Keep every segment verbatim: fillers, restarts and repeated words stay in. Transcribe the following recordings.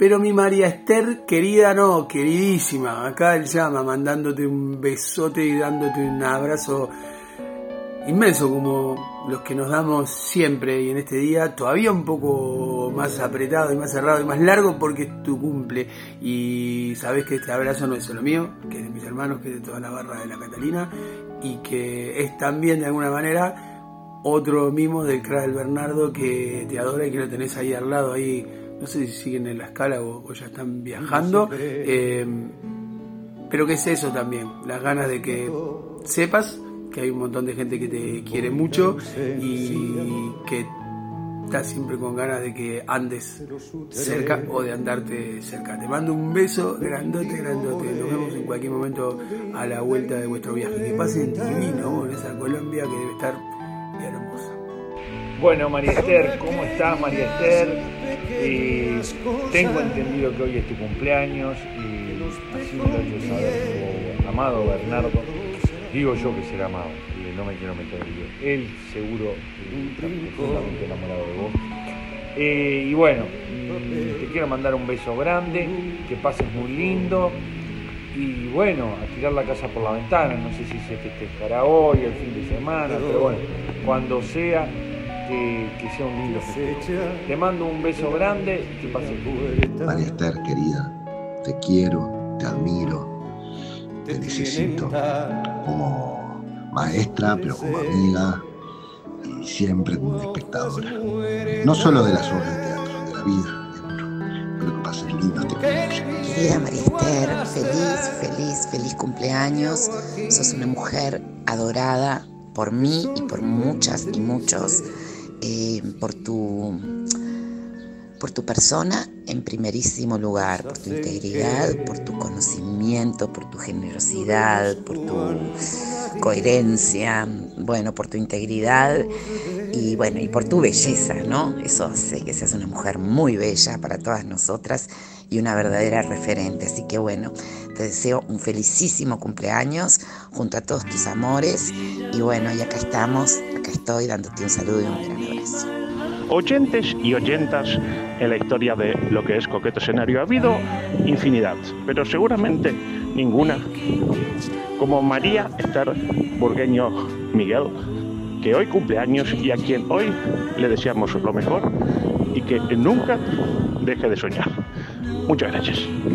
Pero mi María Esther, querida, no, queridísima, acá él llama, mandándote un besote y dándote un abrazo inmenso, como los que nos damos siempre y en este día, todavía un poco más apretado y más cerrado y más largo porque es tu cumple. Y sabés que este abrazo no es solo mío, que es de mis hermanos, que es de toda la barra de la Catalina, y que es también de alguna manera otro mimo del crack del Bernardo que te adora y que lo tenés ahí al lado, ahí. No sé si siguen en la escala o, o ya están viajando, eh, pero que es eso también, las ganas de que sepas que hay un montón de gente que te quiere mucho y que estás siempre con ganas de que andes cerca o de andarte cerca. Te mando un beso grandote, grandote. Nos vemos en cualquier momento a la vuelta de vuestro viaje. Que pasen divino en esa Colombia que debe estar hermosa. Bueno, María Esther, ¿cómo estás, María Esther? Eh, tengo entendido que hoy es tu cumpleaños y así me lo he hecho saber tu amado Bernardo. Digo yo que será amado, y no me quiero meter en lío. Él seguro está profundamente enamorado de vos. Eh, y bueno, te quiero mandar un beso grande, que pases muy lindo. Y bueno, a tirar la casa por la ventana. No sé si se festejará hoy, el fin de semana, pero bueno, cuando sea. Que, que sea un lindo festejo. Te mando un beso grande y que pases bien. María Esther, querida, te quiero, te admiro, te necesito como maestra, pero como amiga y siempre como espectadora. No solo de las obras de teatro, de la vida, seguro. Espero que pases lindo este cumpleaños. Querida María Esther, feliz, feliz, feliz cumpleaños. Sos una mujer adorada por mí y por muchas y muchos. Eh, por tu por tu persona en primerísimo lugar, por tu integridad, por tu conocimiento, por tu generosidad, por tu coherencia, bueno, por tu integridad y bueno, y por tu belleza, ¿no? Eso hace que seas una mujer muy bella para todas nosotras y una verdadera referente. Así que bueno, te deseo un felicísimo cumpleaños junto a todos tus amores y bueno, y acá estamos, acá estoy dándote un saludo y un gran abrazo. Oyentes y oyentas en la historia de lo que es Coqueto Escenario ha habido infinidad, pero seguramente ninguna como María Esther Burgueño Miguel, que hoy cumple años y a quien hoy le deseamos lo mejor y que nunca deje de soñar. Muchas gracias.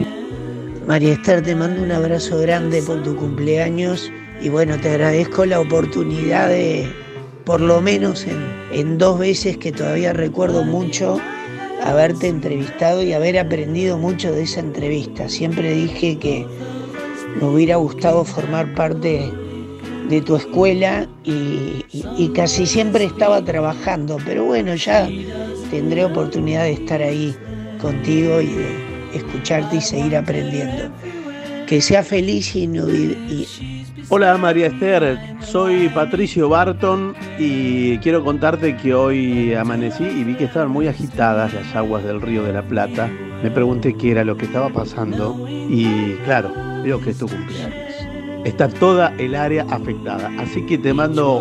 María Esther, te mando un abrazo grande por tu cumpleaños y bueno, te agradezco la oportunidad de, por lo menos en, en dos veces que todavía recuerdo mucho, haberte entrevistado y haber aprendido mucho de esa entrevista. Siempre dije que me hubiera gustado formar parte de tu escuela y, y, y casi siempre estaba trabajando, pero bueno, ya tendré oportunidad de estar ahí contigo y de escucharte y seguir aprendiendo. Que sea feliz y no... Y... Hola María Esther, soy Patricio Barton y quiero contarte que hoy amanecí y vi que estaban muy agitadas las aguas del Río de la Plata. Me pregunté qué era lo que estaba pasando y claro, veo que es tu cumpleaños. Está toda el área afectada, así que te mando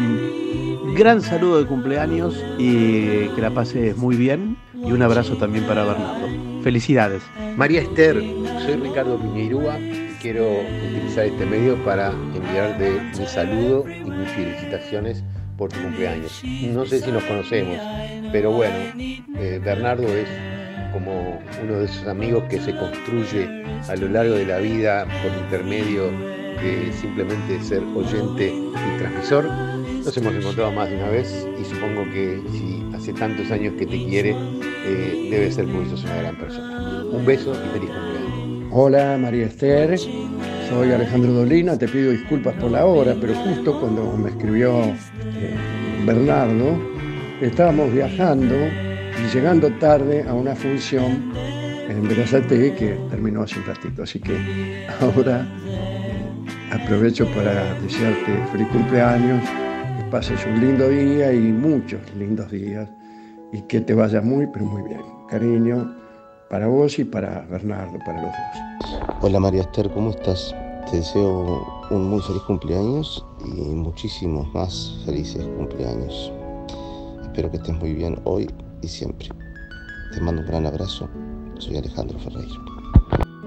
un gran saludo de cumpleaños y que la pases muy bien y un abrazo también para Bernardo. Felicidades. María Esther, soy Ricardo Piñeirúa y quiero utilizar este medio para enviarte mi saludo y mis felicitaciones por tu cumpleaños. No sé si nos conocemos, pero bueno, eh, Bernardo es como uno de esos amigos que se construye a lo largo de la vida por intermedio de simplemente ser oyente y transmisor. Nos hemos encontrado más de una vez y supongo que si hace tantos años que te quiere, eh, debe ser porque sos una gran persona. Un beso y feliz cumpleaños. Hola María Esther, soy Alejandro Dolina, te pido disculpas por la hora, pero justo cuando me escribió eh, Bernardo, estábamos viajando y llegando tarde a una función en Berazategui que terminó hace un ratito, así que ahora eh, aprovecho para desearte feliz cumpleaños, que pases un lindo día y muchos lindos días y que te vaya muy pero muy bien. Cariño para vos y para Bernardo, para los dos. Hola María Esther, ¿cómo estás? Te deseo un muy feliz cumpleaños y muchísimos más felices cumpleaños. Espero que estés muy bien hoy y siempre. Te mando un gran abrazo. Soy Alejandro Ferreira.